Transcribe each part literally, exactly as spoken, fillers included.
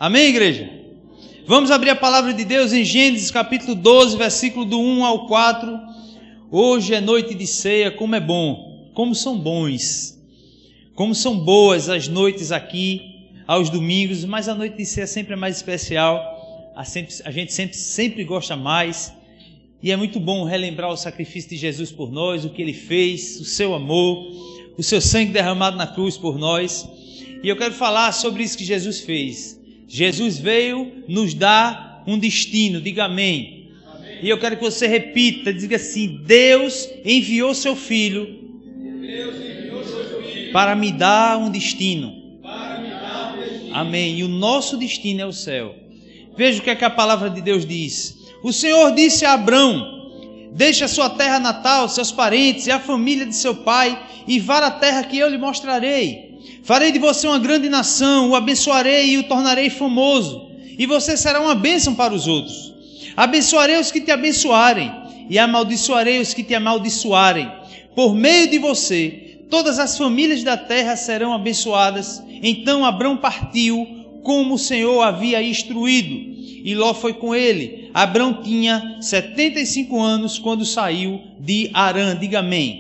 Amém, igreja? Vamos abrir a palavra de Deus em Gênesis capítulo doze, versículo do um ao quatro. Hoje é noite de ceia, como é bom, como são bons, como são boas as noites aqui, aos domingos, mas a noite de ceia sempre é mais especial, a, sempre, a gente sempre, sempre gosta mais, e é muito bom relembrar o sacrifício de Jesus por nós, o que Ele fez, o seu amor, o seu sangue derramado na cruz por nós, e eu quero falar sobre isso que Jesus fez. Jesus veio nos dar um destino, diga amém. Amém. E eu quero que você repita, diga assim: Deus enviou seu filho, Deus enviou seu filho para me dar um destino. Para me dar um destino. Amém. E o nosso destino é o céu. Veja o que é que a palavra de Deus diz. O Senhor disse a Abrão: deixe a sua terra natal, seus parentes e a família de seu pai, e vá à terra que eu lhe mostrarei. Farei de você uma grande nação, o abençoarei e o tornarei famoso, e você será uma bênção para os outros. Abençoarei os que te abençoarem, e amaldiçoarei os que te amaldiçoarem. Por meio de você, todas as famílias da terra serão abençoadas. Então Abrão partiu, como o Senhor havia instruído, e Ló foi com ele. Abrão tinha setenta e cinco anos quando saiu de Harã. Diga amém.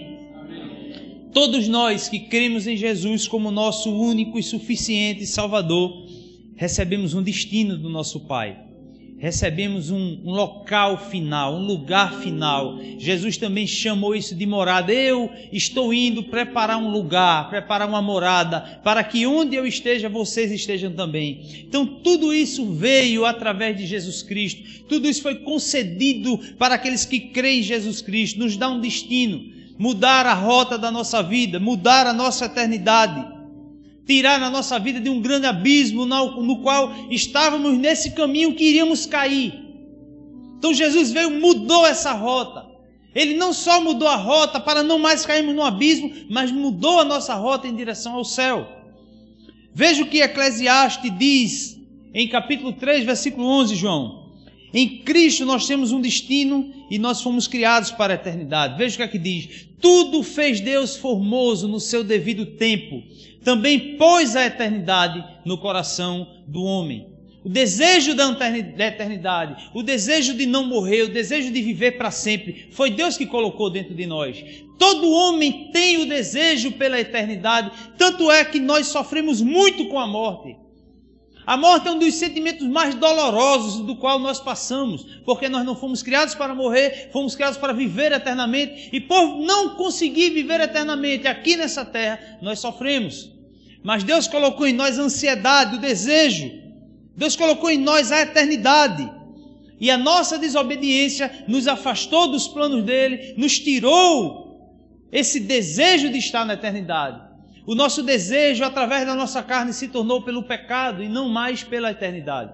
Todos nós que cremos em Jesus como nosso único e suficiente Salvador, recebemos um destino do nosso Pai. Recebemos um, um local final, um lugar final. Jesus também chamou isso de morada. Eu estou indo preparar um lugar, preparar uma morada, para que onde eu esteja, vocês estejam também. Então tudo isso veio através de Jesus Cristo. Tudo isso foi concedido para aqueles que creem em Jesus Cristo. Nos dá um destino. Mudar a rota da nossa vida, mudar a nossa eternidade, tirar a nossa vida de um grande abismo no, no qual estávamos nesse caminho que iríamos cair. Então Jesus veio, mudou essa rota. Ele não só mudou a rota para não mais cairmos no abismo, mas mudou a nossa rota em direção ao céu. Veja o que Eclesiastes diz em capítulo três, versículo onze, João. Em Cristo nós temos um destino e nós fomos criados para a eternidade. Veja o que é que diz. Tudo fez Deus formoso no seu devido tempo. Também pôs a eternidade no coração do homem. O desejo da eternidade, o desejo de não morrer, o desejo de viver para sempre, foi Deus que colocou dentro de nós. Todo homem tem o desejo pela eternidade, tanto é que nós sofremos muito com a morte. A morte é um dos sentimentos mais dolorosos do qual nós passamos, porque nós não fomos criados para morrer, fomos criados para viver eternamente, e por não conseguir viver eternamente aqui nessa terra, nós sofremos. Mas Deus colocou em nós a ansiedade, o desejo, Deus colocou em nós a eternidade, e a nossa desobediência nos afastou dos planos dele, nos tirou esse desejo de estar na eternidade. O nosso desejo, através da nossa carne, se tornou pelo pecado e não mais pela eternidade.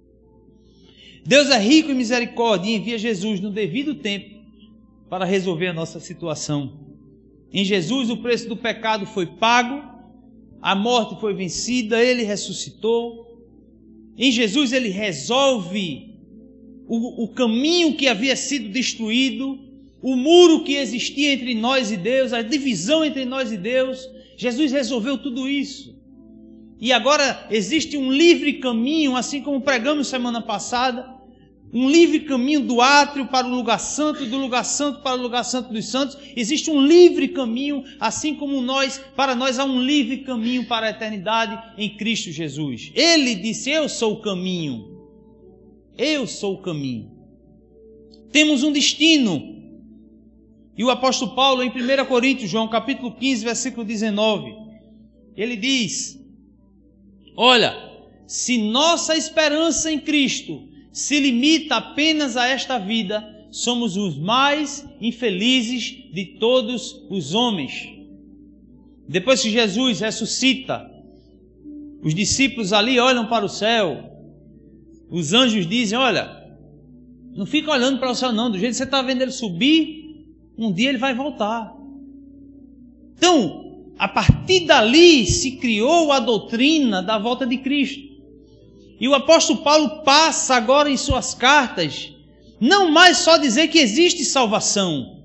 Deus é rico em misericórdia e envia Jesus no devido tempo para resolver a nossa situação. Em Jesus o preço do pecado foi pago, a morte foi vencida, Ele ressuscitou. Em Jesus Ele resolve o, o caminho que havia sido destruído, o muro que existia entre nós e Deus, a divisão entre nós e Deus. Jesus resolveu tudo isso. E agora existe um livre caminho, assim como pregamos semana passada, um livre caminho do átrio para o lugar santo, do lugar santo para o lugar santo dos santos. Existe um livre caminho, assim como nós, para nós há um livre caminho para a eternidade em Cristo Jesus. Ele disse: eu sou o caminho. Eu sou o caminho. Temos um destino. E o apóstolo Paulo, em primeira Coríntios, João, capítulo quinze, versículo dezenove, ele diz: olha, se nossa esperança em Cristo se limita apenas a esta vida, somos os mais infelizes de todos os homens. Depois que Jesus ressuscita, os discípulos ali olham para o céu, os anjos dizem: olha, não fica olhando para o céu não, do jeito que você está vendo ele subir, um dia ele vai voltar. Então, a partir dali se criou a doutrina da volta de Cristo. E o apóstolo Paulo passa agora em suas cartas, não mais só dizer que existe salvação,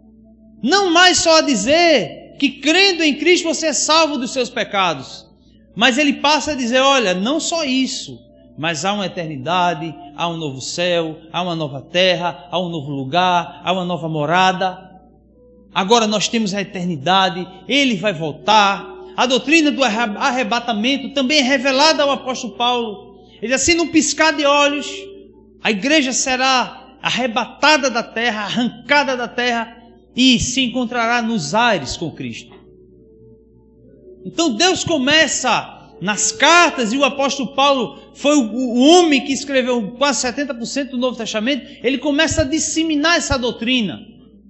não mais só dizer que crendo em Cristo você é salvo dos seus pecados, Mas ele passa a dizer, olha, não só isso, mas há uma eternidade, há um novo céu, há uma nova terra, há um novo lugar, há uma nova morada. Agora nós temos a eternidade, ele vai voltar. A doutrina do arrebatamento também é revelada ao apóstolo Paulo. Ele diz assim, num piscar de olhos, a igreja será arrebatada da terra, arrancada da terra e se encontrará nos ares com Cristo. Então Deus começa nas cartas, e o apóstolo Paulo foi o, o homem que escreveu quase setenta por cento do Novo Testamento, ele começa a disseminar essa doutrina.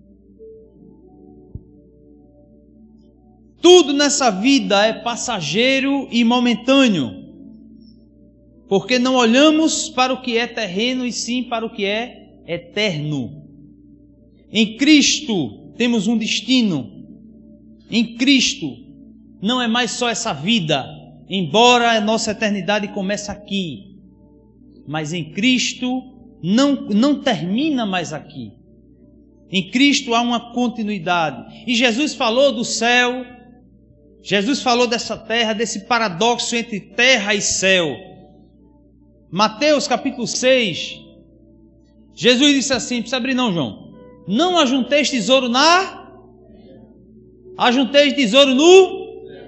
Tudo nessa vida é passageiro e momentâneo, porque não olhamos para o que é terreno e sim para o que é eterno. Em Cristo temos um destino. Em Cristo não é mais só essa vida, embora a nossa eternidade comece aqui, mas em Cristo não, não termina mais aqui. Em Cristo há uma continuidade. E Jesus falou do céu, Jesus falou dessa terra, desse paradoxo entre terra e céu. Mateus capítulo seis, Jesus disse assim, não precisa abrir não, João. Não ajunteis tesouro na... Ajunteis tesouro no...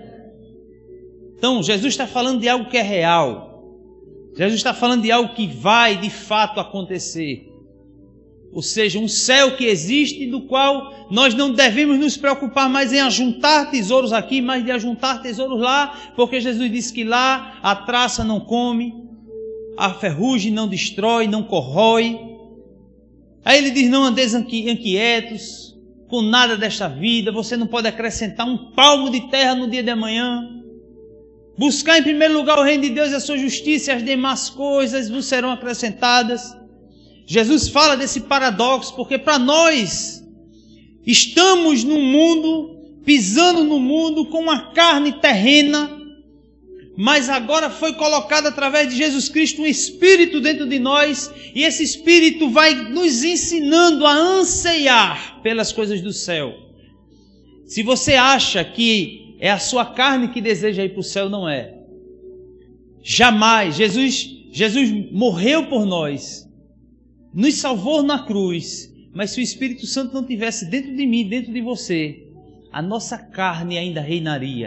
Então, Jesus está falando de algo que é real. Jesus está falando de algo que vai de fato acontecer. Ou seja, um céu que existe, do qual nós não devemos nos preocupar mais em ajuntar tesouros aqui, mas de ajuntar tesouros lá, porque Jesus disse que lá a traça não come, a ferrugem não destrói, não corrói. Aí ele diz, não andeis inquietos com nada desta vida, você não pode acrescentar um palmo de terra no dia de amanhã. Buscar em primeiro lugar o reino de Deus e a sua justiça, e as demais coisas vos serão acrescentadas. Jesus fala desse paradoxo, porque para nós estamos no mundo, pisando no mundo com uma carne terrena, mas agora foi colocado através de Jesus Cristo um Espírito dentro de nós, e esse Espírito vai nos ensinando a anseiar pelas coisas do céu. Se você acha que é a sua carne que deseja ir para o céu, não é. Jamais. Jesus, Jesus morreu por nós, nos salvou na cruz, mas se o Espírito Santo não tivesse dentro de mim, dentro de você, a nossa carne ainda reinaria.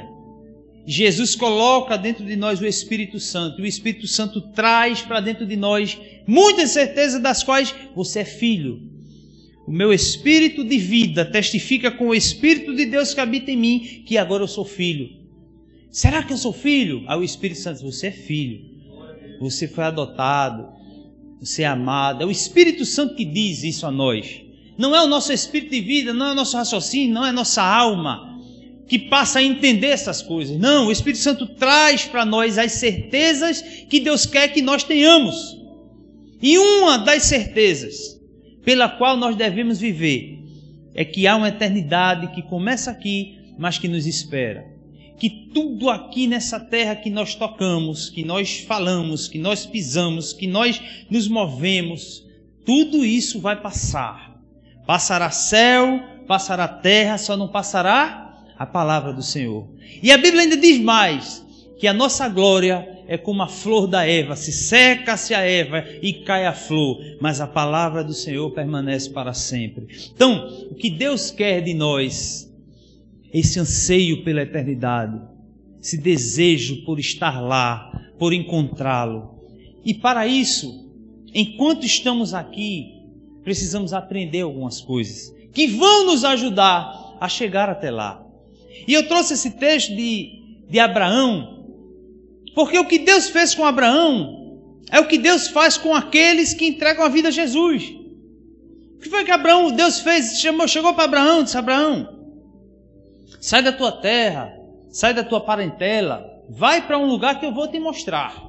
Jesus coloca dentro de nós o Espírito Santo, e o Espírito Santo traz para dentro de nós muitas certezas das quais você é filho. O meu espírito de vida testifica com o Espírito de Deus que habita em mim, que agora eu sou filho. Será que eu sou filho? Aí o Espírito Santo diz, você é filho, você foi adotado, você é amado. É o Espírito Santo que diz isso a nós. Não é o nosso espírito de vida, não é o nosso raciocínio, não é a nossa alma que passa a entender essas coisas. Não, o Espírito Santo traz para nós as certezas que Deus quer que nós tenhamos. E uma das certezas pela qual nós devemos viver é que há uma eternidade que começa aqui, mas que nos espera. Que tudo aqui nessa terra que nós tocamos, que nós falamos, que nós pisamos, que nós nos movemos, tudo isso vai passar. Passará céu, passará terra, só não passará a palavra do Senhor. E a Bíblia ainda diz mais, que a nossa glória é como a flor da erva, se seca-se a erva e cai a flor, mas a palavra do Senhor permanece para sempre. Então, o que Deus quer de nós, esse anseio pela eternidade, esse desejo por estar lá, por encontrá-lo. E para isso, enquanto estamos aqui, precisamos aprender algumas coisas que vão nos ajudar a chegar até lá. E eu trouxe esse texto de, de Abraão, porque o que Deus fez com Abraão é o que Deus faz com aqueles que entregam a vida a Jesus. O que foi que Abraão, Deus fez? Chamou, chegou para Abraão e disse, Abraão, sai da tua terra, sai da tua parentela, vai para um lugar que eu vou te mostrar.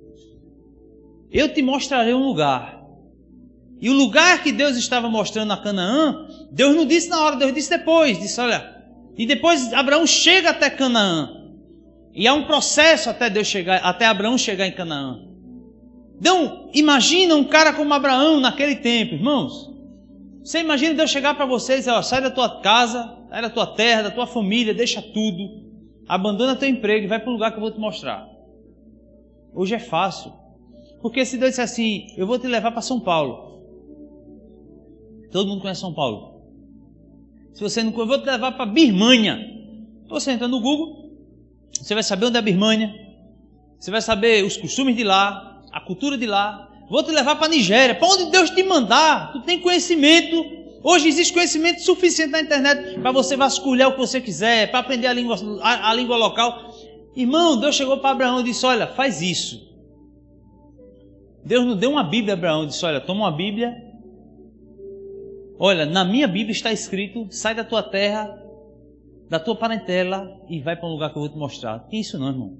Eu te mostrarei um lugar. E o lugar que Deus estava mostrando a Canaã, Deus não disse na hora, Deus disse depois. Disse, olha, e depois Abraão chega até Canaã. E há um processo até Deus chegar, até Abraão chegar em Canaã. Então, imagina um cara como Abraão naquele tempo, irmãos. Você imagina Deus chegar para vocês e dizer, ó, sai da tua casa, sai da tua terra, da tua família, deixa tudo. abandona teu emprego e vai para o lugar que eu vou te mostrar. Hoje é fácil. Porque se Deus disser assim, eu vou te levar para São Paulo. Todo mundo conhece São Paulo. Se você não conhece, eu vou te levar para Birmânia. Você entra no Google, você vai saber onde é a Birmânia. Você vai saber os costumes de lá, a cultura de lá. Vou te levar para a Nigéria, para onde Deus te mandar. Tu tem conhecimento. Hoje existe conhecimento suficiente na internet para você vasculhar o que você quiser, para aprender a língua, a, a língua local. Irmão, Deus chegou para Abraão e disse, olha, faz isso. Deus não deu uma Bíblia a Abraão e disse, olha, toma uma Bíblia. Olha, na minha Bíblia está escrito, sai da tua terra, da tua parentela e vai para um lugar que eu vou te mostrar. Não tinha isso não, irmão.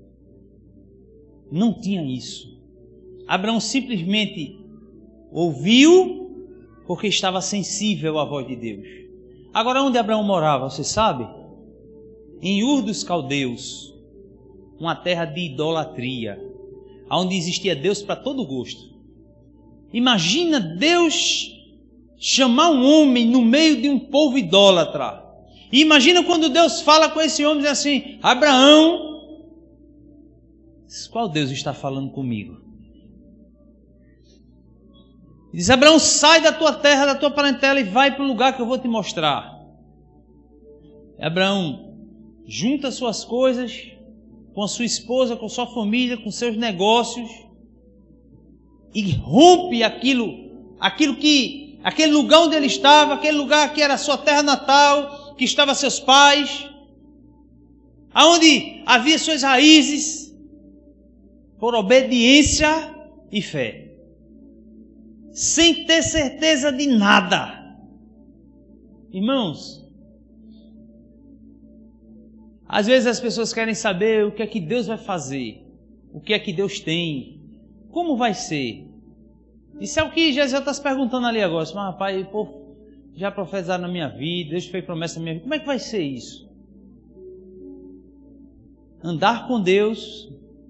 Não tinha isso. Abraão simplesmente ouviu porque estava sensível à voz de Deus. Agora, onde Abraão morava, você sabe? Em Ur dos Caldeus, uma terra de idolatria, onde existia Deus para todo gosto. Imagina Deus chamar um homem no meio de um povo idólatra. E imagina quando Deus fala com esse homem, diz assim, Abraão, qual Deus está falando comigo? Diz, Abraão, sai da tua terra, da tua parentela e vai para o lugar que eu vou te mostrar. Abraão junta suas coisas com a sua esposa, com sua família, com seus negócios e rompe aquilo, aquilo que, aquele lugar onde ele estava, aquele lugar que era a sua terra natal, que estava seus pais, aonde havia suas raízes, por obediência e fé. Sem ter certeza de nada. Irmãos, às vezes as pessoas querem saber o que é que Deus vai fazer, o que é que Deus tem, como vai ser. Isso é o que Jesus está se perguntando ali agora. Mas rapaz, pô, já profetizaram na minha vida, Deus fez promessa na minha vida, como é que vai ser isso? Andar com Deus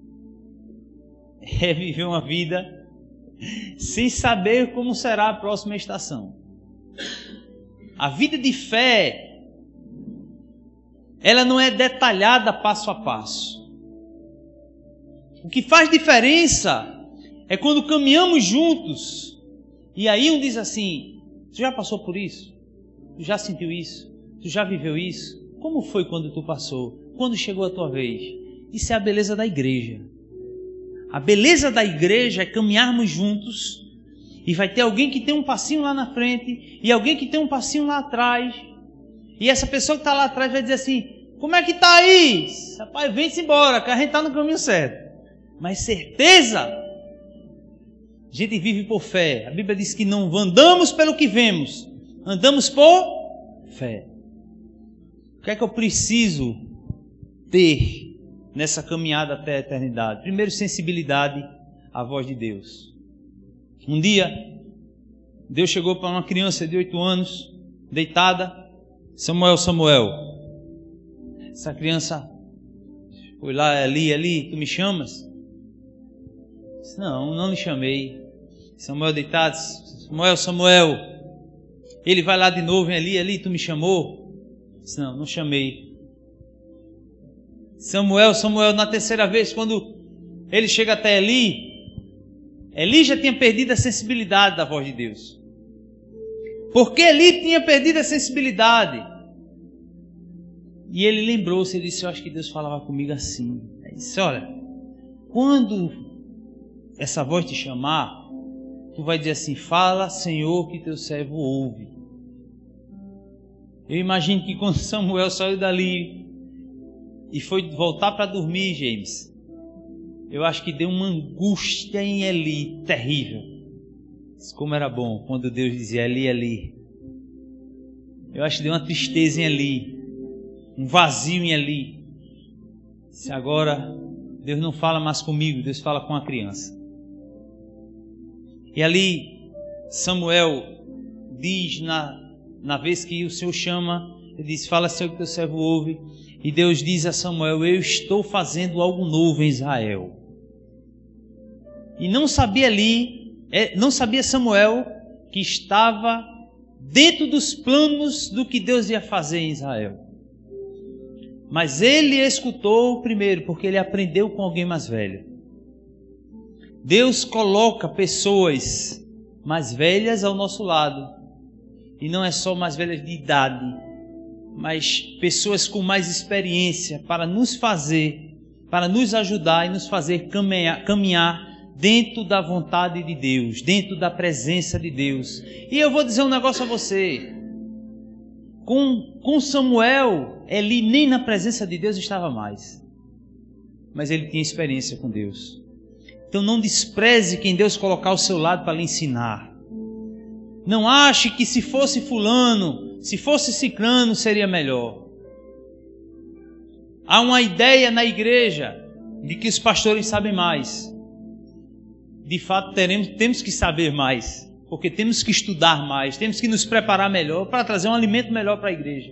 é viver uma vida sem saber como será a próxima estação. A vida de fé, ela não é detalhada passo a passo. O que faz diferença é quando caminhamos juntos e aí um diz assim, tu já passou por isso? Tu já sentiu isso? Tu já viveu isso? Como foi quando tu passou? Quando chegou a tua vez? Isso é a beleza da igreja. A beleza da igreja é caminharmos juntos e vai ter alguém que tem um passinho lá na frente e alguém que tem um passinho lá atrás. E essa pessoa que está lá atrás vai dizer assim, como é que está aí? Rapaz, vem-se embora, que a gente está no caminho certo. Mas certeza, a gente vive por fé. A Bíblia diz que não andamos pelo que vemos, andamos por fé. O que é que eu preciso ter nessa caminhada até a eternidade? Primeiro, sensibilidade à voz de Deus. Um dia, Deus chegou para uma criança de oito anos, deitada, Samuel, Samuel. Essa criança foi lá, Eli, Eli, tu me chamas? Disse, não, não lhe chamei. Samuel deitado, Samuel, Samuel. Ele vai lá de novo, Eli, Eli, tu me chamou? Disse, não, não chamei. Samuel, Samuel, na terceira vez, quando ele chega até Eli, Eli já tinha perdido a sensibilidade da voz de Deus. Porque Eli tinha perdido a sensibilidade. E ele lembrou-se, ele disse, eu acho que Deus falava comigo assim. Ele disse, olha, quando essa voz te chamar, tu vai dizer assim, fala, Senhor, que teu servo ouve. Eu imagino que quando Samuel saiu dali e foi voltar para dormir, James, eu acho que deu uma angústia em Eli terrível. Como era bom quando Deus dizia Eli, Eli. Eu acho que deu uma tristeza em Eli, um vazio em Eli. Se agora Deus não fala mais comigo, Deus fala com a criança. E ali Samuel diz na, na vez que o Senhor chama, ele diz, fala, Senhor, que teu servo ouve. E Deus diz a Samuel, eu estou fazendo algo novo em Israel. E não sabia ali, não sabia Samuel que estava dentro dos planos do que Deus ia fazer em Israel. Mas ele escutou primeiro, porque ele aprendeu com alguém mais velho. Deus coloca pessoas mais velhas ao nosso lado. E não é só mais velhas de idade, mas pessoas com mais experiência para nos fazer, para nos ajudar e nos fazer caminhar, caminhar dentro da vontade de Deus, dentro da presença de Deus. E eu vou dizer um negócio a você. Com, com Samuel, Eli nem na presença de Deus estava mais. Mas ele tinha experiência com Deus. Então não despreze quem Deus colocar ao seu lado para lhe ensinar. Não ache que se fosse fulano, se fosse ciclano, seria melhor. Há uma ideia na igreja de que os pastores sabem mais. De fato, teremos, temos que saber mais. Porque temos que estudar mais, temos que nos preparar melhor para trazer um alimento melhor para a igreja.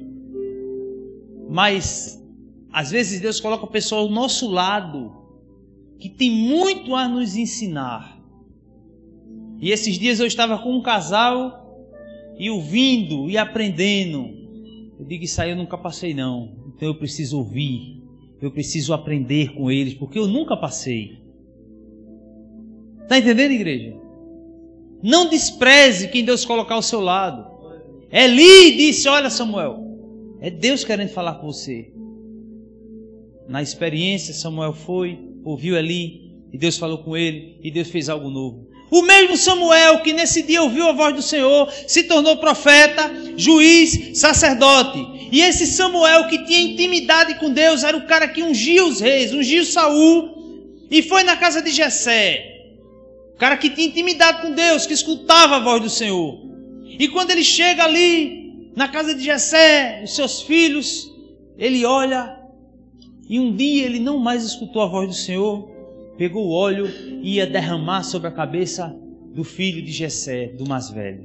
Mas, às vezes, Deus coloca a pessoa ao nosso lado, que tem muito a nos ensinar. E esses dias eu estava com um casal, e ouvindo e aprendendo. Eu digo, isso aí eu nunca passei não, então eu preciso ouvir, eu preciso aprender com eles, porque eu nunca passei. Está entendendo, igreja? Não despreze quem Deus colocar ao seu lado. Eli disse, olha Samuel, é Deus querendo falar com você. Na experiência, Samuel foi, ouviu Eli, e Deus falou com ele, e Deus fez algo novo. O mesmo Samuel que nesse dia ouviu a voz do Senhor, se tornou profeta, juiz, sacerdote. E esse Samuel que tinha intimidade com Deus, era o cara que ungia os reis, ungia Saul, e foi na casa de Jessé. O cara que tinha intimidade com Deus, que escutava a voz do Senhor. E quando ele chega ali, na casa de Jessé, os seus filhos, ele olha, e um dia ele não mais escutou a voz do Senhor, pegou o óleo e ia derramar sobre a cabeça do filho de Jessé, do mais velho.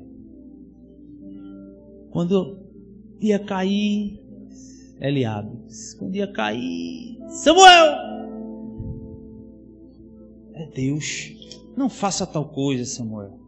Quando ia cair, Eliabe, quando ia cair, Samuel! É Deus. Não faça tal coisa, Samuel.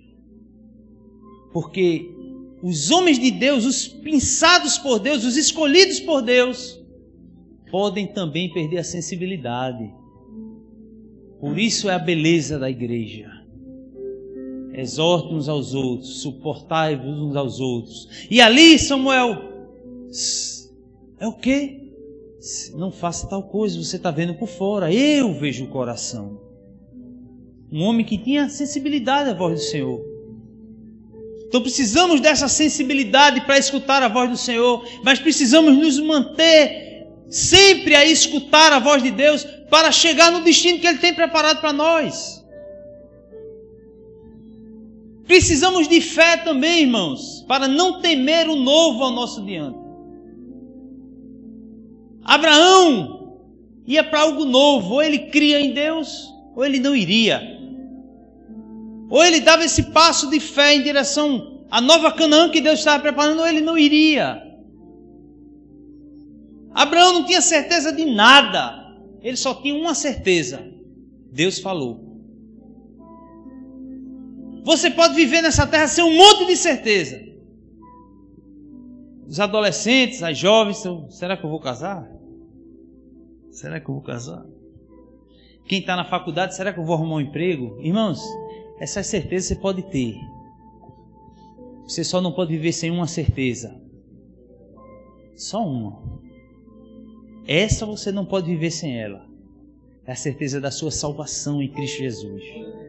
Porque os homens de Deus, os pensados por Deus, os escolhidos por Deus, podem também perder a sensibilidade. Por isso é a beleza da igreja. Exorte uns aos outros, suportai-vos uns aos outros. E ali, Samuel, é o quê? Não faça tal coisa, você está vendo por fora, eu vejo o coração. Um homem que tinha sensibilidade à voz do Senhor. Então precisamos dessa sensibilidade para escutar a voz do Senhor, mas precisamos nos manter sempre a escutar a voz de Deus para chegar no destino que Ele tem preparado para nós. Precisamos de fé também, irmãos, para não temer o novo ao nosso diante. Abraão ia para algo novo, ou ele cria em Deus, ou ele não iria. Ou ele dava esse passo de fé em direção à nova Canaã que Deus estava preparando, ou ele não iria. Abraão não tinha certeza de nada. Ele só tinha uma certeza. Deus falou. Você pode viver nessa terra sem um monte de certeza. Os adolescentes, as jovens, será que eu vou casar? Será que eu vou casar? Quem está na faculdade, será que eu vou arrumar um emprego? Irmãos, essa certeza você pode ter. Você só não pode viver sem uma certeza. Só uma. Essa você não pode viver sem ela. É a certeza da sua salvação em Cristo Jesus.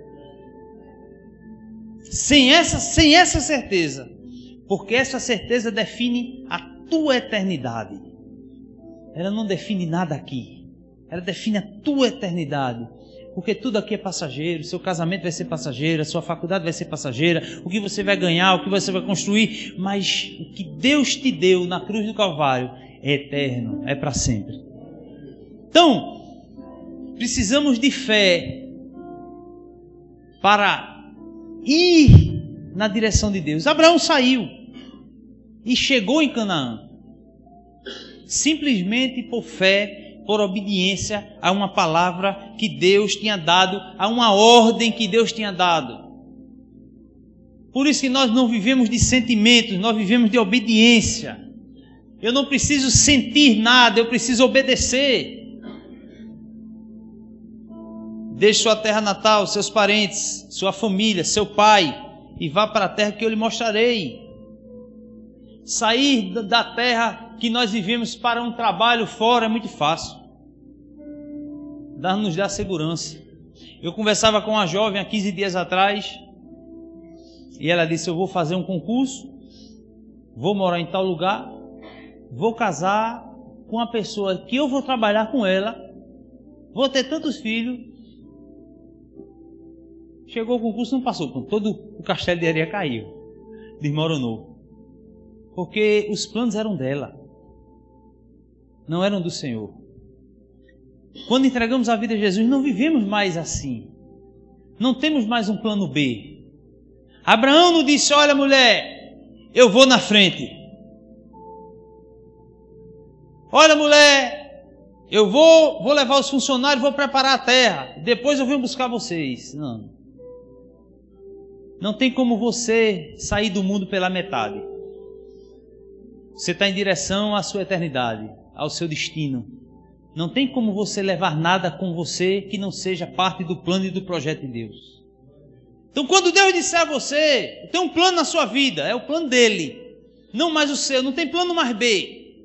Sem essa, sem essa certeza. Porque essa certeza define a tua eternidade. Ela não define nada aqui. Ela define a tua eternidade. Porque tudo aqui é passageiro, seu casamento vai ser passageiro, a sua faculdade vai ser passageira, o que você vai ganhar, o que você vai construir, mas o que Deus te deu na cruz do Calvário é eterno, é para sempre. Então, precisamos de fé para ir na direção de Deus. Abraão saiu e chegou em Canaã, simplesmente por fé, por obediência a uma palavra que Deus tinha dado, a uma ordem que Deus tinha dado. Por isso que nós não vivemos de sentimentos, nós vivemos de obediência. Eu não preciso sentir nada, eu preciso obedecer. Deixe sua terra natal, seus parentes, sua família, seu pai, e vá para a terra que eu lhe mostrarei. Sair da terra que nós vivemos para um trabalho fora é muito fácil. Nos dá segurança. Eu conversava com uma jovem há quinze dias atrás, e ela disse: eu vou fazer um concurso, vou morar em tal lugar, vou casar com uma pessoa que eu vou trabalhar com ela, vou ter tantos filhos. Chegou o concurso, não passou, todo o castelo de areia caiu, desmoronou, porque os planos eram dela, não eram do Senhor. Quando entregamos a vida a Jesus, não vivemos mais assim, não temos mais um plano B. Abraão não disse: olha, mulher, eu vou na frente. Olha, mulher, eu vou, vou levar os funcionários, vou preparar a terra, depois eu venho buscar vocês. Não. Não tem como você sair do mundo pela metade. Você está em direção à sua eternidade, ao seu destino. Não tem como você levar nada com você que não seja parte do plano e do projeto de Deus. Então, quando Deus disser a você, tem um plano na sua vida, é o plano dele, não mais o seu, não tem plano mais B.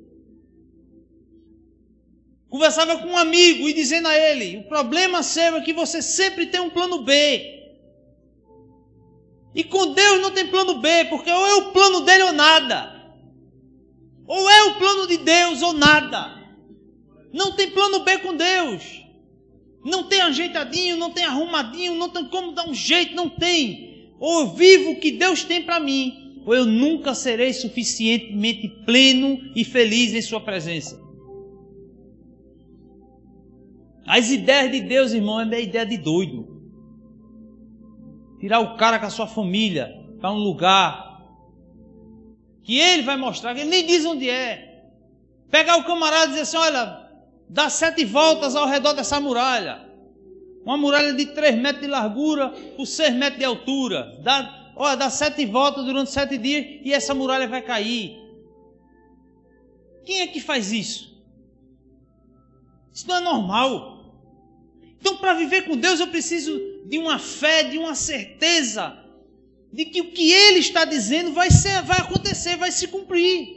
Conversava com um amigo e dizendo a ele: o problema seu é que você sempre tem um plano B. E com Deus não tem plano B, porque ou é o plano dele ou nada. Ou é o plano de Deus ou nada. Não tem plano B com Deus. Não tem ajeitadinho, não tem arrumadinho, não tem como dar um jeito, não tem. Ou eu vivo o que Deus tem para mim, ou eu nunca serei suficientemente pleno e feliz em sua presença. As ideias de Deus, irmão, é a ideia de doido. Tirar o cara com a sua família para um lugar que ele vai mostrar, que ele nem diz onde é. Pegar o camarada e dizer assim: olha, dá sete voltas ao redor dessa muralha. Uma muralha de três metros de largura por seis metros de altura. Dá, olha, dá sete voltas durante sete dias e essa muralha vai cair. Quem é que faz isso? Isso não é normal. Então, para viver com Deus, eu preciso de uma fé, de uma certeza de que o que Ele está dizendo vai ser, vai acontecer, vai se cumprir.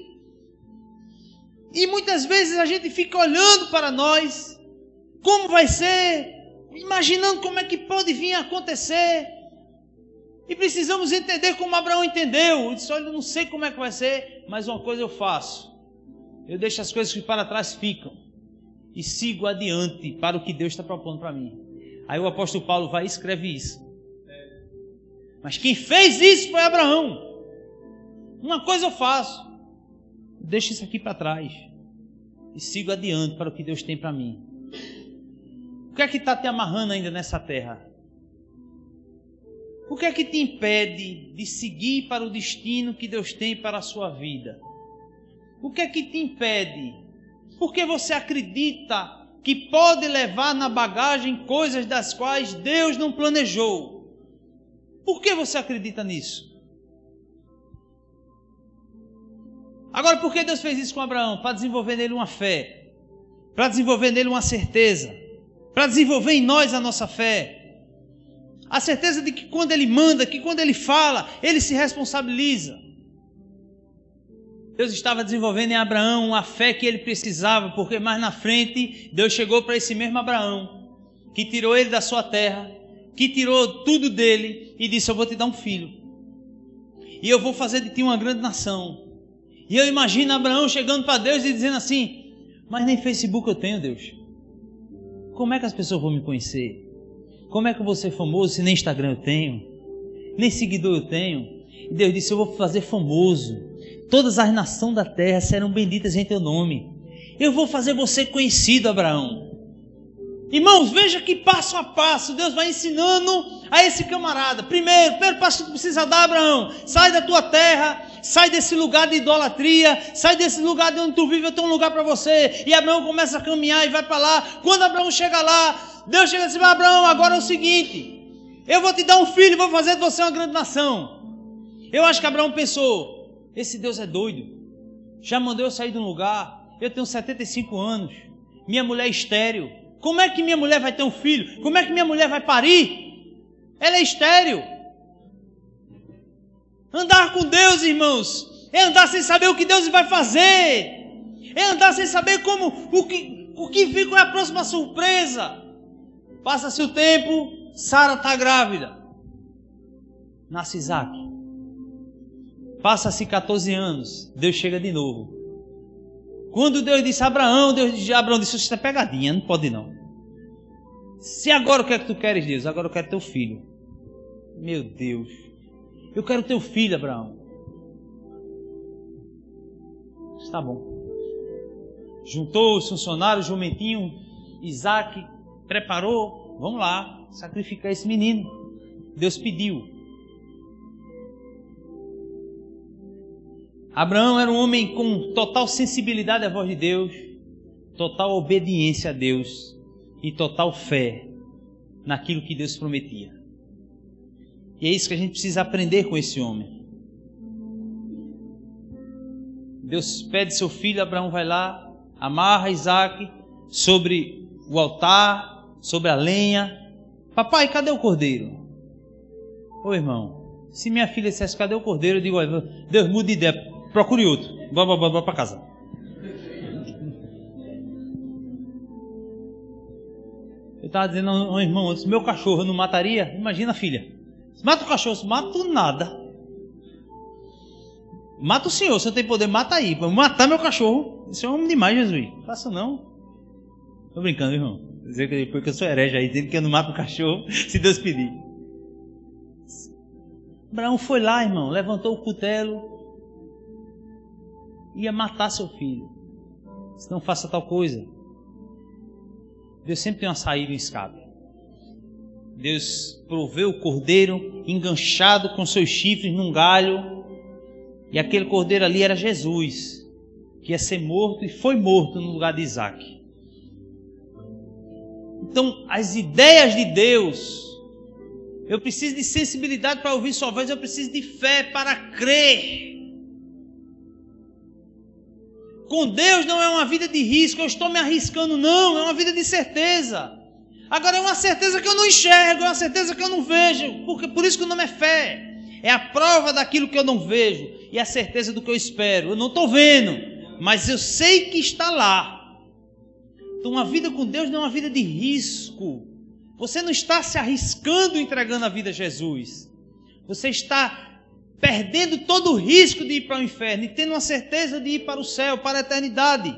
E muitas vezes a gente fica olhando para nós, como vai ser, imaginando como é que pode vir a acontecer. E precisamos entender como Abraão entendeu. Ele disse: olha, eu não sei como é que vai ser, mas uma coisa eu faço. Eu deixo as coisas que para trás ficam e sigo adiante para o que Deus está propondo para mim. Aí o apóstolo Paulo vai e escreve isso. Mas quem fez isso foi Abraão. Uma coisa eu faço: deixa isso aqui para trás e sigo adiante para o que Deus tem para mim. O que é que está te amarrando ainda nessa terra? O que é que te impede de seguir para o destino que Deus tem para a sua vida? O que é que te impede? Porque você acredita que pode levar na bagagem coisas das quais Deus não planejou. Por que você acredita nisso? Agora, por que Deus fez isso com Abraão? Para desenvolver nele uma fé, para desenvolver nele uma certeza, para desenvolver em nós a nossa fé. A certeza de que quando Ele manda, que quando Ele fala, Ele se responsabiliza. Deus estava desenvolvendo em Abraão uma fé que ele precisava, porque mais na frente Deus chegou para esse mesmo Abraão, que tirou ele da sua terra, que tirou tudo dele e disse: eu vou te dar um filho, e eu vou fazer de ti uma grande nação. E eu imagino Abraão chegando para Deus e dizendo assim: mas nem Facebook eu tenho, Deus. Como é que as pessoas vão me conhecer? Como é que eu vou ser famoso se nem Instagram eu tenho? Nem seguidor eu tenho? E Deus disse: eu vou fazer famoso. Todas as nações da terra serão benditas em teu nome. Eu vou fazer você conhecido, Abraão. Irmãos, veja que passo a passo Deus vai ensinando a esse camarada. Primeiro, primeiro passo que tu precisa dar, Abraão: sai da tua terra, sai desse lugar de idolatria, sai desse lugar de onde tu vive, eu tenho um lugar para você. E Abraão começa a caminhar e vai para lá. Quando Abraão chega lá, Deus chega assim: Abraão, agora é o seguinte, eu vou te dar um filho, vou fazer de você uma grande nação. Eu acho que Abraão pensou: esse Deus é doido. Já mandou eu sair de um lugar. Eu tenho setenta e cinco anos. Minha mulher é estéril. Como é que minha mulher vai ter um filho? Como é que minha mulher vai parir? Ela é estéril. Andar com Deus, irmãos, é andar sem saber o que Deus vai fazer. É andar sem saber como, o que, o que fica é a próxima surpresa. Passa-se o tempo, Sara está grávida. Nasce Isaac. Passa-se quatorze anos, Deus chega de novo. Quando Deus disse a Abraão, Deus disse, Abraão disse, isso é pegadinha, não pode não. Se agora o que é que tu queres, Deus? Agora eu quero teu filho. Meu Deus, eu quero teu filho, Abraão. Está bom. Juntou os funcionários, jumentinho, Isaac, preparou, vamos lá, sacrificar esse menino. Deus pediu. Abraão era um homem com total sensibilidade à voz de Deus, total obediência a Deus e total fé naquilo que Deus prometia. E é isso que a gente precisa aprender com esse homem. Deus pede seu filho, Abraão vai lá, amarra Isaac sobre o altar, sobre a lenha. Papai, cadê o cordeiro? Ô irmão, se minha filha dissesse, cadê o cordeiro? Eu digo, olha, Deus, muda de ideia, procure outro, vá, vá, vá, vá para casa. Eu estava dizendo a um irmão antes, meu cachorro eu não mataria? Imagina, filha. Mata o cachorro, mato nada. Mata o senhor, você não tem poder, mata aí. Vou matar meu cachorro. Isso é homem demais, Jesus. Faça não. Tô brincando, irmão. Dizer que depois que eu sou herege aí, dizendo que eu não mato o cachorro, se Deus pedir. Abraão foi lá, irmão, levantou o cutelo, ia matar seu filho. Se não faça tal coisa. Deus sempre tem uma saída e um escape. Deus proveu o cordeiro enganchado com seus chifres num galho. E aquele cordeiro ali era Jesus, que ia ser morto e foi morto no lugar de Isaac. Então, as ideias de Deus, eu preciso de sensibilidade para ouvir sua voz, eu preciso de fé para crer. Com Deus não é uma vida de risco, eu estou me arriscando, não, é uma vida de certeza. Agora é uma certeza que eu não enxergo, é uma certeza que eu não vejo, porque por isso que o nome é fé. É a prova daquilo que eu não vejo e a certeza do que eu espero. Eu não estou vendo, mas eu sei que está lá. Então uma vida com Deus não é uma vida de risco. Você não está se arriscando entregando a vida a Jesus. Você está perdendo todo o risco de ir para o inferno e tendo uma certeza de ir para o céu, para a eternidade.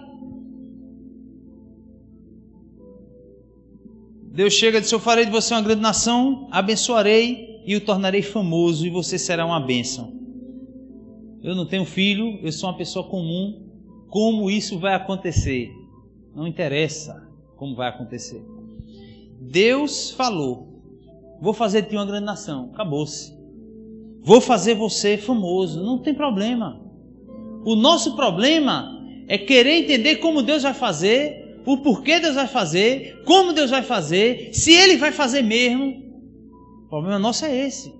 Deus chega e diz, eu farei de você uma grande nação, abençoarei e o tornarei famoso e você será uma bênção. Eu não tenho filho, eu sou uma pessoa comum. Como isso vai acontecer? Não interessa como vai acontecer. Deus falou, vou fazer de ti uma grande nação, acabou-se. Vou fazer você famoso, não tem problema. O nosso problema é querer entender como Deus vai fazer, o porquê Deus vai fazer, como Deus vai fazer, se Ele vai fazer mesmo. O problema nosso é esse.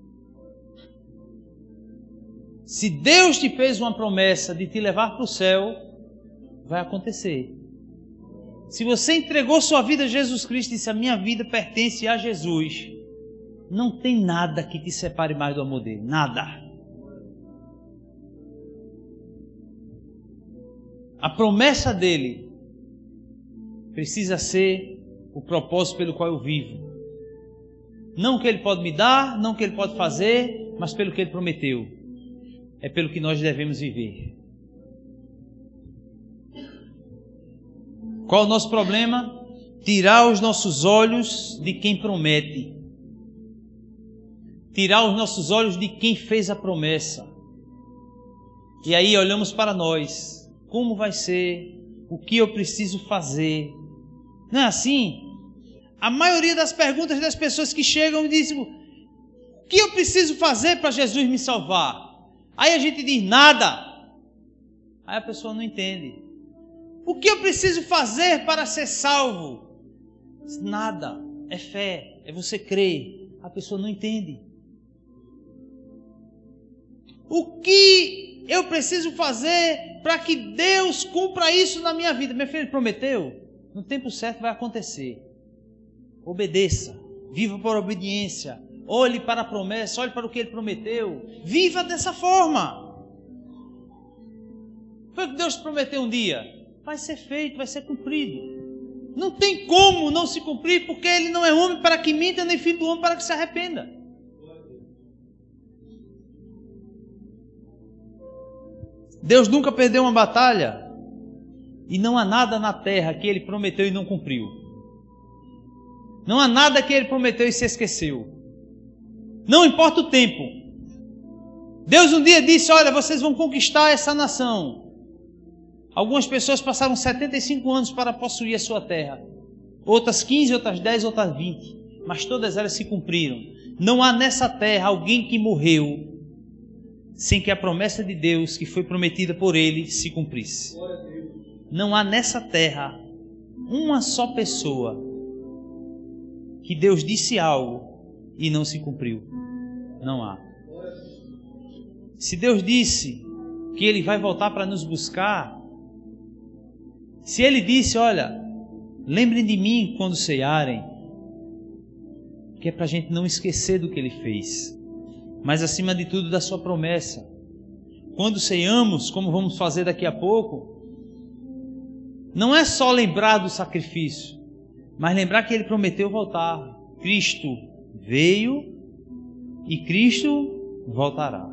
Se Deus te fez uma promessa de te levar para o céu, vai acontecer. Se você entregou sua vida a Jesus Cristo e disse, a minha vida pertence a Jesus, não tem nada que te separe mais do amor dele. Nada. A promessa dele precisa ser o propósito pelo qual eu vivo. Não o que ele pode me dar, não o que ele pode fazer, mas pelo que ele prometeu. É pelo que nós devemos viver. Qual o nosso problema? Tirar os nossos olhos de quem promete. Tirar os nossos olhos de quem fez a promessa. E aí olhamos para nós. Como vai ser? O que eu preciso fazer? Não é assim? A maioria das perguntas das pessoas que chegam e dizem, o que eu preciso fazer para Jesus me salvar? Aí a gente diz, nada. Aí a pessoa não entende. O que eu preciso fazer para ser salvo? Nada. É fé, é você crer. A pessoa não entende. O que eu preciso fazer para que Deus cumpra isso na minha vida. Meu filho, ele prometeu, no tempo certo vai acontecer. Obedeça, viva por obediência, olhe para a promessa, olhe para o que Ele prometeu, viva dessa forma. Foi o que Deus prometeu um dia, vai ser feito, vai ser cumprido. Não tem como não se cumprir, porque Ele não é homem para que minta, nem filho do homem para que se arrependa. Deus nunca perdeu uma batalha, e não há nada na terra que Ele prometeu e não cumpriu. Não há nada que Ele prometeu e se esqueceu. Não importa o tempo. Deus um dia disse, olha, vocês vão conquistar essa nação. Algumas pessoas passaram setenta e cinco anos para possuir a sua terra. Outras quinze, outras dez, outras vinte. Mas todas elas se cumpriram. Não há nessa terra alguém que morreu sem que a promessa de Deus, que foi prometida por Ele, se cumprisse. Não há nessa terra uma só pessoa que Deus disse algo e não se cumpriu. Não há. Se Deus disse que Ele vai voltar para nos buscar, se Ele disse, olha, lembrem de mim quando cearem, que é para a gente não esquecer do que Ele fez, mas acima de tudo da sua promessa. Quando ceamos, como vamos fazer daqui a pouco, não é só lembrar do sacrifício, mas lembrar que Ele prometeu voltar. Cristo veio e Cristo voltará.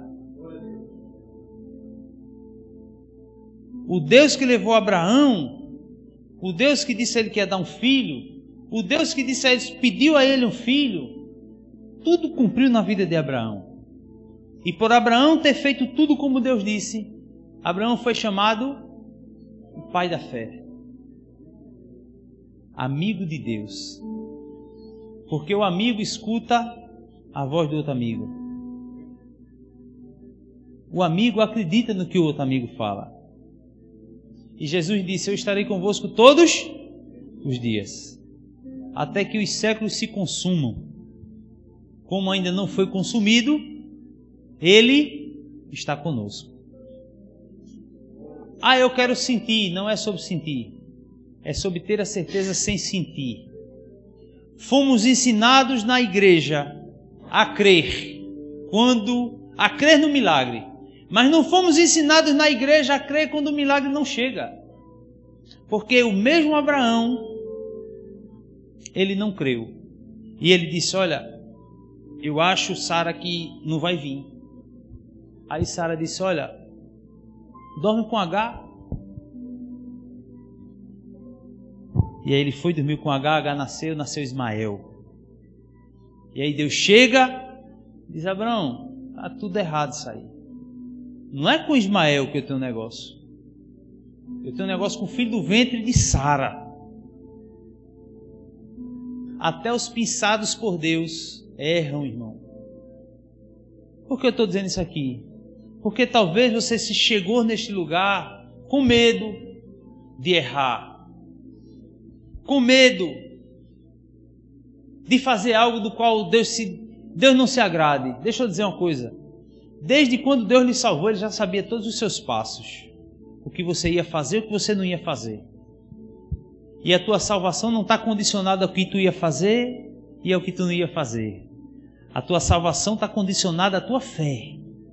O Deus que levou Abraão, o Deus que disse a ele que ia dar um filho, o Deus que disse a ele, pediu a ele um filho, tudo cumpriu na vida de Abraão. E por Abraão ter feito tudo como Deus disse, Abraão foi chamado o pai da fé, amigo de Deus, porque o amigo escuta a voz do outro amigo. O amigo acredita no que o outro amigo fala. E Jesus disse, eu estarei convosco todos os dias, até que os séculos se consumam. Como ainda não foi consumido, Ele está conosco. Ah, eu quero sentir. Não é sobre sentir, é sobre ter a certeza sem sentir. Fomos ensinados na igreja a crer, quando a crer no milagre. Mas não fomos ensinados na igreja a crer quando o milagre não chega. Porque o mesmo Abraão, ele não creu. E ele disse, olha, eu acho, Sara, que não vai vir. Aí Sara disse, olha, dorme com H. E aí ele foi dormir com H, H nasceu, nasceu Ismael. E aí Deus chega, diz, Abraão, está tudo errado isso aí. Não é com Ismael que eu tenho um negócio. Eu tenho um negócio com o filho do ventre de Sara. Até os pinçados por Deus erram, irmão. Por que eu estou dizendo isso aqui? Porque talvez você se chegou neste lugar com medo de errar. Com medo de fazer algo do qual Deus, se, Deus não se agrade. Deixa eu dizer uma coisa. Desde quando Deus lhe salvou, Ele já sabia todos os seus passos. O que você ia fazer, o que você não ia fazer. E a tua salvação não está condicionada ao que tu ia fazer e ao que tu não ia fazer. A tua salvação está condicionada à tua fé.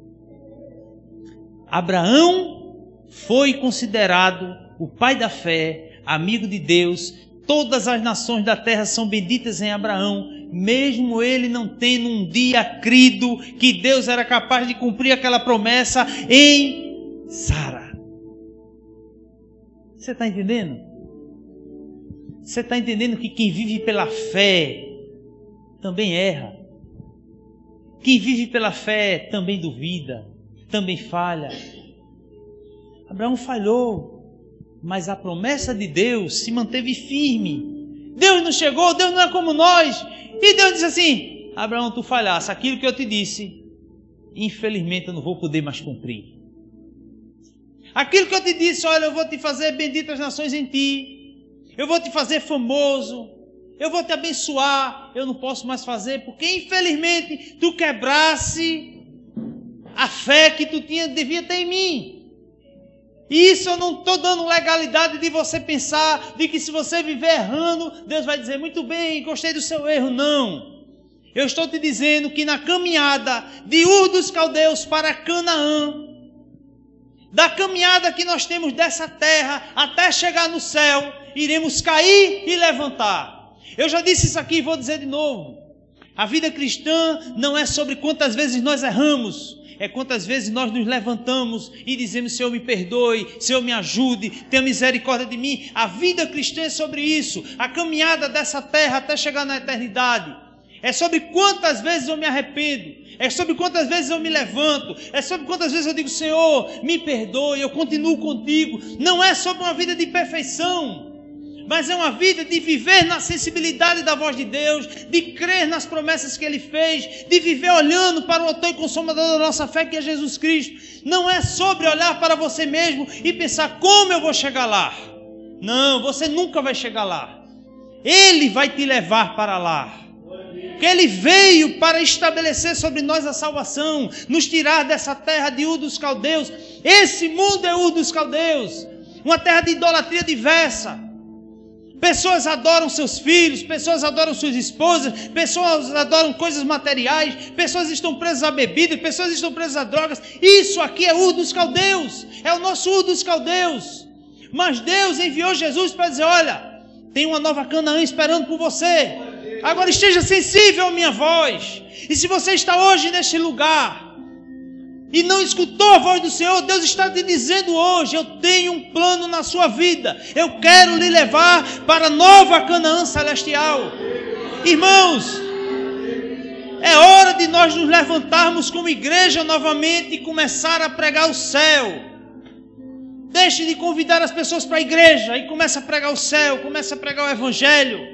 Abraão foi considerado o pai da fé, amigo de Deus. Todas as nações da terra são benditas em Abraão, mesmo ele não tendo um dia crido que Deus era capaz de cumprir aquela promessa em Sara. Você está entendendo? Você está entendendo que quem vive pela fé também erra. Quem vive pela fé também duvida, também falha. Abraão falhou, mas a promessa de Deus se manteve firme. Deus não chegou, Deus não é como nós. E Deus disse assim, Abraão, tu falhasse, aquilo que eu te disse, infelizmente eu não vou poder mais cumprir. Aquilo que eu te disse, olha, eu vou te fazer benditas nações em ti, eu vou te fazer famoso, eu vou te abençoar, eu não posso mais fazer, porque infelizmente tu quebrasse a fé que tu tinha, devia ter em mim. E isso eu não estou dando legalidade de você pensar de que se você viver errando, Deus vai dizer, muito bem, gostei do seu erro. Não. Eu estou te dizendo que na caminhada de Ur dos Caldeus para Canaã, da caminhada que nós temos dessa terra até chegar no céu, iremos cair e levantar. Eu já disse isso aqui e vou dizer de novo. A vida cristã não é sobre quantas vezes nós erramos, é quantas vezes nós nos levantamos e dizemos, Senhor, me perdoe, Senhor, me ajude, tenha misericórdia de mim. A vida cristã é sobre isso. A caminhada dessa terra até chegar na eternidade é sobre quantas vezes eu me arrependo, é sobre quantas vezes eu me levanto, é sobre quantas vezes eu digo, Senhor, me perdoe, eu continuo contigo. Não é sobre uma vida de perfeição, mas é uma vida de viver na sensibilidade da voz de Deus, de crer nas promessas que Ele fez, de viver olhando para o autor e consumador da nossa fé, que é Jesus Cristo. Não é sobre olhar para você mesmo e pensar, como eu vou chegar lá? Não, você nunca vai chegar lá. Ele vai te levar para lá. Porque Ele veio para estabelecer sobre nós a salvação, nos tirar dessa terra de Ur dos Caldeus. Esse mundo é Ur dos Caldeus, uma terra de idolatria diversa. Pessoas adoram seus filhos, pessoas adoram suas esposas, pessoas adoram coisas materiais, pessoas estão presas a bebida, pessoas estão presas a drogas. Isso aqui é Ur dos Caldeus, é o nosso Ur dos Caldeus. Mas Deus enviou Jesus para dizer, olha, tem uma nova Canaã esperando por você. Agora esteja sensível à minha voz. E se você está hoje neste lugar e não escutou a voz do Senhor, Deus está te dizendo hoje, eu tenho um plano na sua vida. Eu quero lhe levar para a nova Canaã celestial. Irmãos, é hora de nós nos levantarmos como igreja novamente e começar a pregar o céu. Deixe de convidar as pessoas para a igreja e comece a pregar o céu, comece a pregar o evangelho.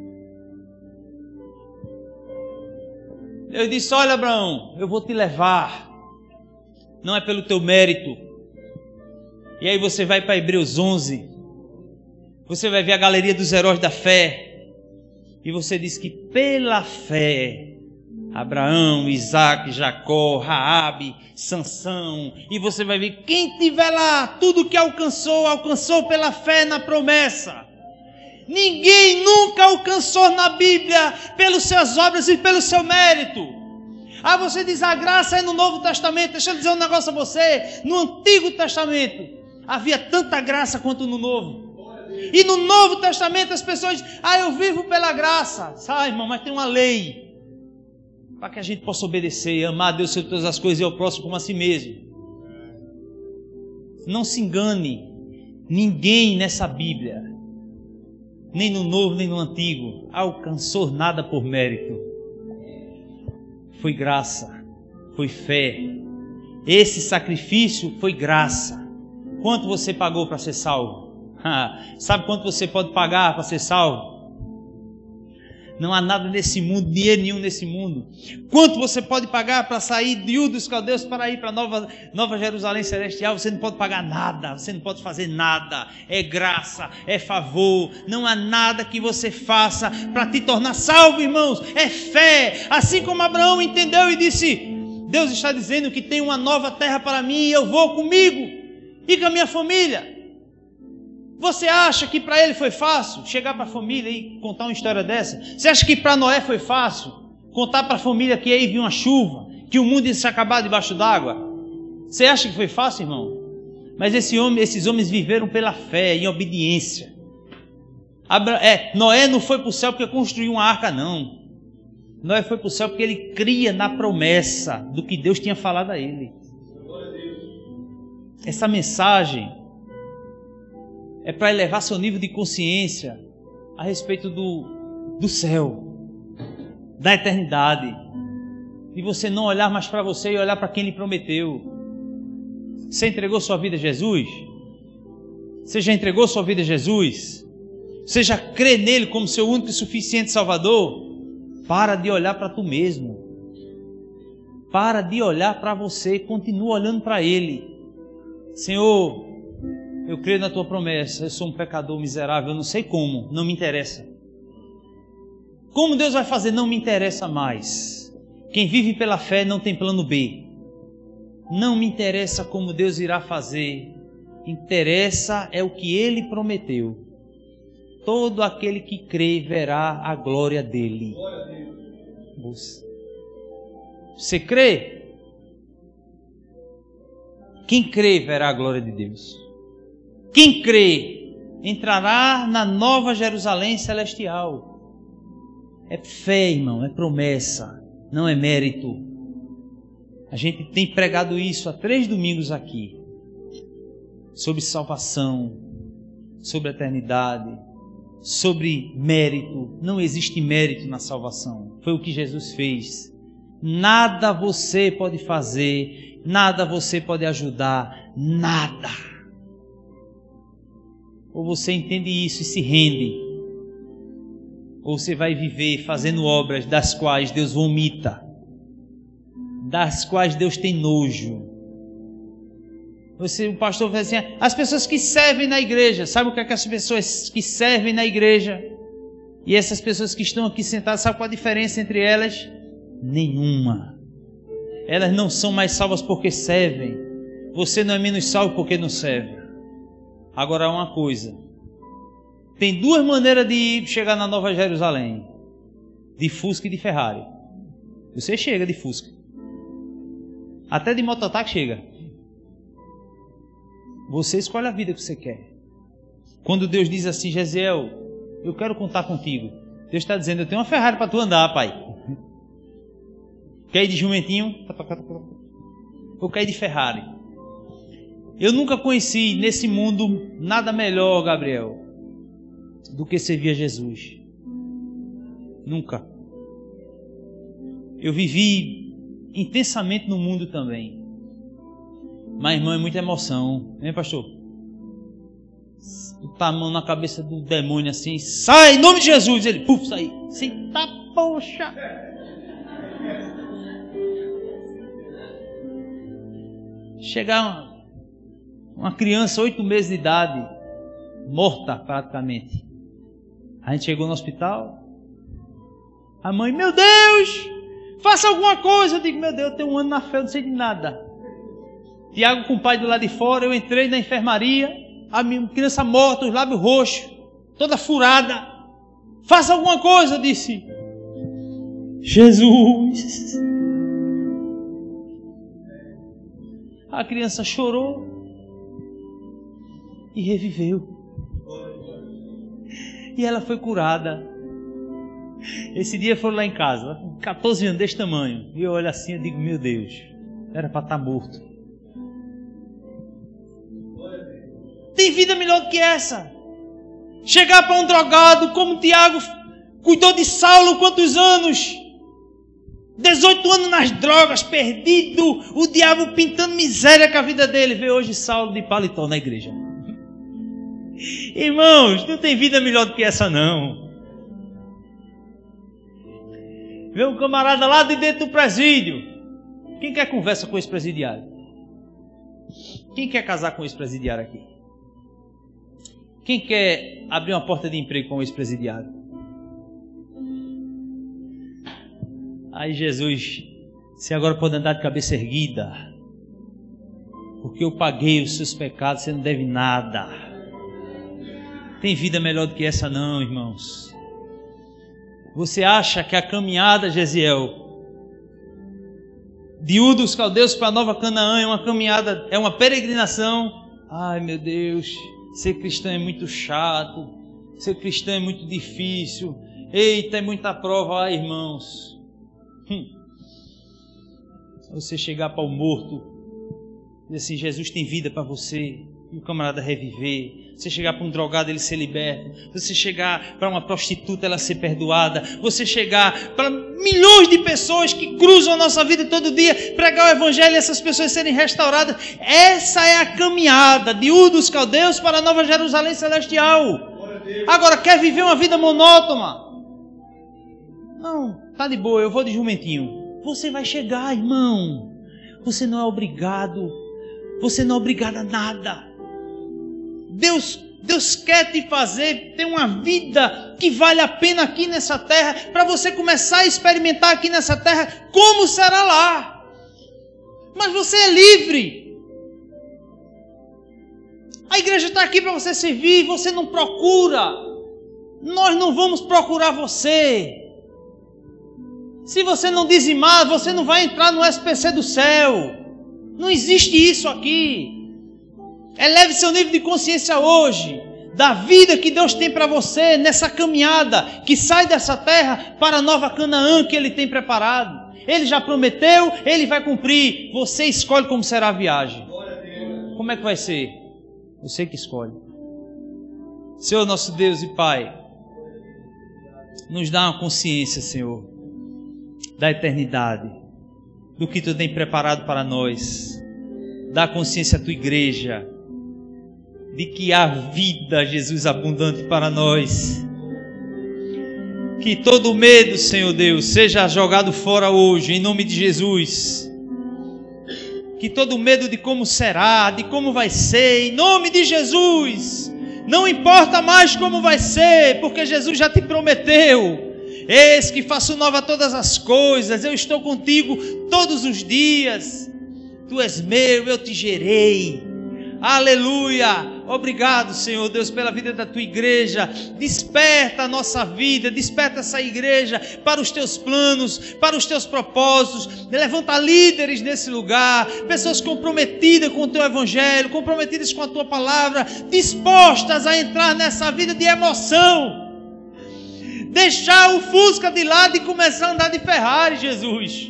Eu disse, olha, Abraão, eu vou te levar. Não é pelo teu mérito. E aí você vai para Hebreus onze. Você vai ver a galeria dos heróis da fé. E você diz que pela fé, Abraão, Isaac, Jacó, Raabe, Sansão. E você vai ver quem tiver lá, tudo que alcançou, alcançou pela fé na promessa. Ninguém nunca alcançou na Bíblia pelas suas obras e pelo seu mérito. Ah, você diz, a graça é no Novo Testamento. Deixa eu dizer um negócio a você. No Antigo Testamento havia tanta graça quanto no Novo. E no Novo Testamento as pessoas dizem, ah, eu vivo pela graça. Sabe, irmão, mas tem uma lei para que a gente possa obedecer, amar a Deus sobre todas as coisas e ao próximo como a si mesmo. Não se engane. Ninguém nessa Bíblia, nem no Novo, nem no Antigo, alcançou nada por mérito. Foi graça, foi fé. Esse sacrifício foi graça. Quanto você pagou para ser salvo? Sabe quanto você pode pagar para ser salvo? Não há nada nesse mundo, dinheiro nenhum nesse mundo. Quanto você pode pagar para sair de Ur dos Caldeus para ir para Nova, Nova Jerusalém Celestial? Você não pode pagar nada, você não pode fazer nada. É graça, é favor. Não há nada que você faça para te tornar salvo, irmãos. É fé. Assim como Abraão entendeu e disse, Deus está dizendo que tem uma nova terra para mim e eu vou comigo e com a minha família. Você acha que para ele foi fácil chegar para a família e contar uma história dessa? Você acha que para Noé foi fácil contar para a família que aí vinha uma chuva, que o mundo ia se acabar debaixo d'água? Você acha que foi fácil, irmão? Mas esse homem, esses homens viveram pela fé, em obediência. Abra, é, Noé não foi para o céu porque construiu uma arca, não. Noé foi para o céu porque ele cria na promessa do que Deus tinha falado a ele. Essa mensagem é para elevar seu nível de consciência a respeito do, do céu, da eternidade. E você não olhar mais para você e olhar para quem lhe prometeu. Você entregou sua vida a Jesus? Você já entregou sua vida a Jesus? Você já crê nele como seu único e suficiente Salvador? Para de olhar para tu mesmo. Para de olhar para você. Continua olhando para ele. Senhor, eu creio na tua promessa, eu sou um pecador miserável, eu não sei como, não me interessa. Como Deus vai fazer, não me interessa mais. Quem vive pela fé não tem plano B. Não me interessa como Deus irá fazer. Interessa é o que Ele prometeu. Todo aquele que crê verá a glória dEle. Você crê? Quem crê verá a glória de Deus. Quem crê entrará na nova Jerusalém celestial. É fé, irmão, é promessa, não é mérito. A gente tem pregado isso há três domingos aqui. Sobre salvação, sobre eternidade, sobre mérito. Não existe mérito na salvação. Foi o que Jesus fez. Nada você pode fazer, nada você pode ajudar, nada. Ou você entende isso e se rende, ou você vai viver fazendo obras das quais Deus vomita, das quais Deus tem nojo. Você, o pastor vai dizer assim, as pessoas que servem na igreja, sabe o que é que as pessoas que servem na igreja e essas pessoas que estão aqui sentadas, sabe qual a diferença entre elas? Nenhuma. Elas não são mais salvas porque servem. Você não é menos salvo porque não serve. Agora uma coisa, tem duas maneiras de ir chegar na Nova Jerusalém, de Fusca e de Ferrari. Você chega de Fusca, até de mototáxi chega. Você escolhe a vida que você quer. Quando Deus diz assim, Gesiel, eu quero contar contigo, Deus está dizendo, eu tenho uma Ferrari para tu andar, pai. Quer ir de jumentinho? Ou quer ir de Ferrari? Eu nunca conheci nesse mundo nada melhor, Gabriel, do que servir a Jesus. Nunca. Eu vivi intensamente no mundo também. Mas, irmão, é muita emoção. Hein, pastor? Botar a mão na cabeça do demônio assim, sai, em nome de Jesus. Ele, puf, sai. Eita, poxa. Chegar uma criança, oito meses de idade, morta praticamente. A gente chegou no hospital. A mãe, meu Deus, faça alguma coisa. Eu digo, meu Deus, eu tenho um ano na fé, eu não sei de nada. Tiago com o pai do lado de fora, eu entrei na enfermaria, a minha criança morta, os lábios roxos, toda furada. Faça alguma coisa, eu disse. Jesus. A criança chorou e reviveu. E ela foi curada. Esse dia foram lá em casa, quatorze anos desse tamanho. E eu olho assim e digo, meu Deus, era para estar morto. Tem vida melhor do que essa. Chegar para um drogado como Tiago cuidou de Saulo quantos anos? dezoito anos nas drogas, perdido, o diabo pintando miséria com a vida dele. Vê hoje Saulo de paletó na igreja. Irmãos, não tem vida melhor do que essa não. Vê um camarada lá de dentro do presídio. Quem quer conversa com esse presidiário? Quem quer casar com esse presidiário aqui? Quem quer abrir uma porta de emprego com esse presidiário? Aí Jesus, você agora pode andar de cabeça erguida, porque eu paguei os seus pecados, você não deve nada. Tem vida melhor do que essa não, irmãos. Você acha que a caminhada, Gesiel, de Ur dos Caldeus para Nova Canaã é uma caminhada, é uma peregrinação? Ai, meu Deus, ser cristão é muito chato, ser cristão é muito difícil, eita, é muita prova. Ai, irmãos, hum. Você chegar para o morto, dizer assim, Jesus tem vida para você, e o camarada reviver. Você chegar para um drogado, ele ser liberto. Você chegar para uma prostituta, ela ser perdoada. Você chegar para milhões de pessoas que cruzam a nossa vida todo dia, pregar o evangelho e essas pessoas serem restauradas. Essa é a caminhada de Ur dos Caldeus para a Nova Jerusalém Celestial. Agora, quer viver uma vida monótona? Não, tá de boa, eu vou de jumentinho. Você vai chegar, irmão. Você não é obrigado. Você não é obrigado a nada. Deus, Deus quer te fazer ter uma vida que vale a pena aqui nessa terra, para você começar a experimentar aqui nessa terra como será lá. Mas você é livre. A igreja está aqui para você servir, você não procura. Nós não vamos procurar você. Se você não dizimar, você não vai entrar no S P C do céu. Não existe isso aqui. Eleve seu nível de consciência hoje, da vida que Deus tem para você nessa caminhada que sai dessa terra para a nova Canaã que Ele tem preparado. Ele já prometeu, Ele vai cumprir. Você escolhe como será a viagem. Como é que vai ser? Você que escolhe. Senhor nosso Deus e Pai, nos dá uma consciência, Senhor, da eternidade, do que Tu tem preparado para nós. Dá consciência à Tua igreja de que há vida, Jesus, abundante para nós. Que todo medo, Senhor Deus, seja jogado fora hoje, em nome de Jesus. Que todo medo de como será, de como vai ser, em nome de Jesus. Não importa mais como vai ser, porque Jesus já te prometeu. Eis que faço nova todas as coisas, eu estou contigo todos os dias. Tu és meu, eu te gerei. Aleluia! Obrigado, Senhor Deus, pela vida da Tua igreja. Desperta a nossa vida, desperta essa igreja para os Teus planos, para os Teus propósitos. Levanta líderes nesse lugar, pessoas comprometidas com o Teu Evangelho, comprometidas com a Tua palavra, dispostas a entrar nessa vida de emoção. Deixar o Fusca de lado e começar a andar de Ferrari, Jesus.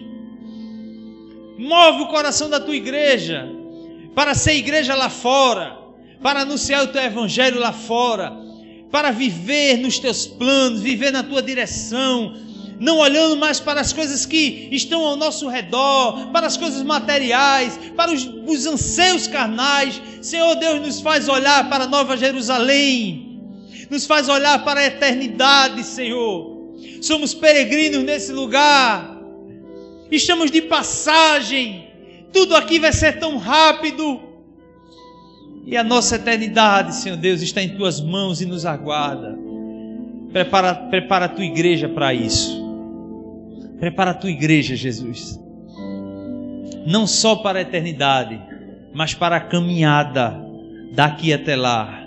Move o coração da Tua igreja para ser igreja lá fora, para anunciar o Teu Evangelho lá fora, para viver nos Teus planos, viver na Tua direção, não olhando mais para as coisas que estão ao nosso redor, para as coisas materiais, para os, os anseios carnais. Senhor Deus, nos faz olhar para a Nova Jerusalém, nos faz olhar para a eternidade, Senhor. Somos peregrinos nesse lugar, estamos de passagem, tudo aqui vai ser tão rápido, e a nossa eternidade, Senhor Deus, está em Tuas mãos e nos aguarda. Prepara, prepara a Tua igreja para isso. Prepara a Tua igreja, Jesus, não só para a eternidade, mas para a caminhada daqui até lá.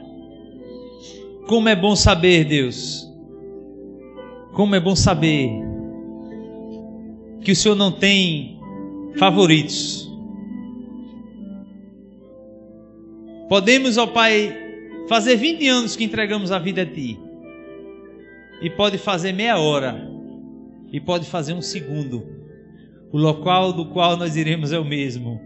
Como é bom saber, Deus, como é bom saber que o Senhor não tem favoritos. Podemos, ó Pai, fazer vinte anos que entregamos a vida a Ti, e pode fazer meia hora, e pode fazer um segundo. O local do qual nós iremos é o mesmo.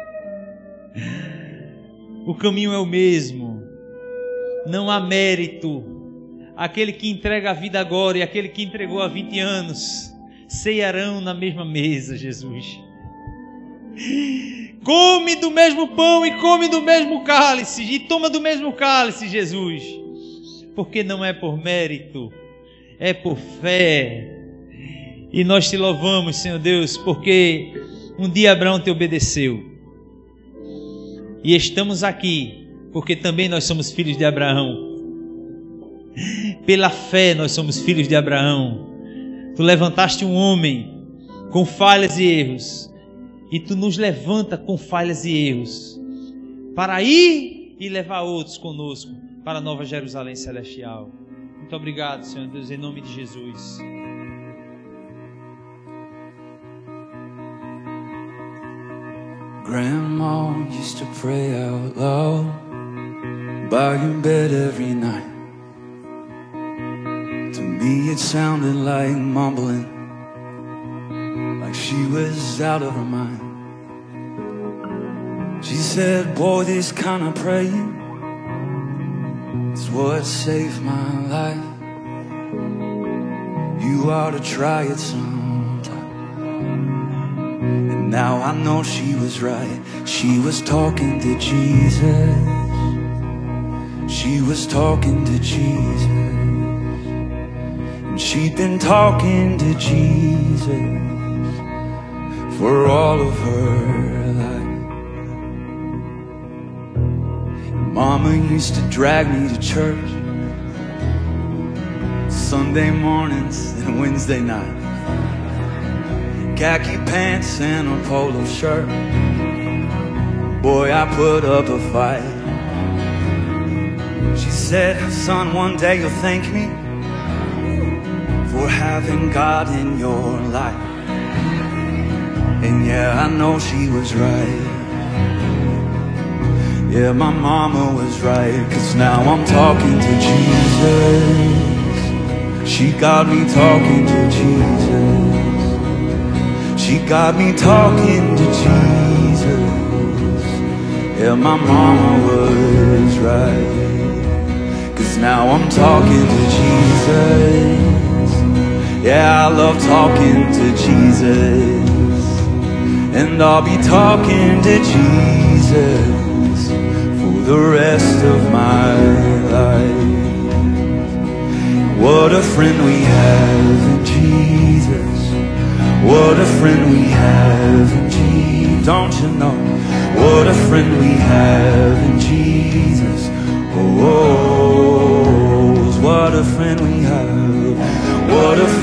O caminho é o mesmo. Não há mérito. Aquele que entrega a vida agora e aquele que entregou há vinte anos cearão na mesma mesa, Jesus. Come do mesmo pão e come do mesmo cálice, e toma do mesmo cálice, Jesus. Porque não é por mérito, é por fé. E nós te louvamos, Senhor Deus, porque um dia Abraão te obedeceu. E estamos aqui porque também nós somos filhos de Abraão. Pela fé nós somos filhos de Abraão. Tu levantaste um homem com falhas e erros, e Tu nos levanta com falhas e erros para ir e levar outros conosco para a Nova Jerusalém Celestial. Muito obrigado, Senhor Deus, em nome de Jesus. Grandma used to pray out loud by your bed every night. To me it sounded like mumbling, like she was out of her mind. She said, boy, this kind of praying is what saved my life. You ought to try it sometime. And now I know she was right. She was talking to Jesus. She was talking to Jesus. And she'd been talking to Jesus for all of her life. Mama used to drag me to church Sunday mornings and Wednesday night. Khaki pants and a polo shirt. boy, I put up a fight. She said, son, one day you'll thank me for having God in your life. And yeah, I know she was right. Yeah, my mama was right, 'cause now I'm talking to Jesus. She got me talking to Jesus. She got me talking to Jesus. Yeah, my mama was right, 'cause now I'm talking to Jesus. Yeah, I love talking to Jesus, and I'll be talking to Jesus for the rest of my life. What a friend we have in Jesus. What a friend we have in Jesus. Don't you know? What a friend we have in Jesus. Oh, oh, oh, what a friend we have. What a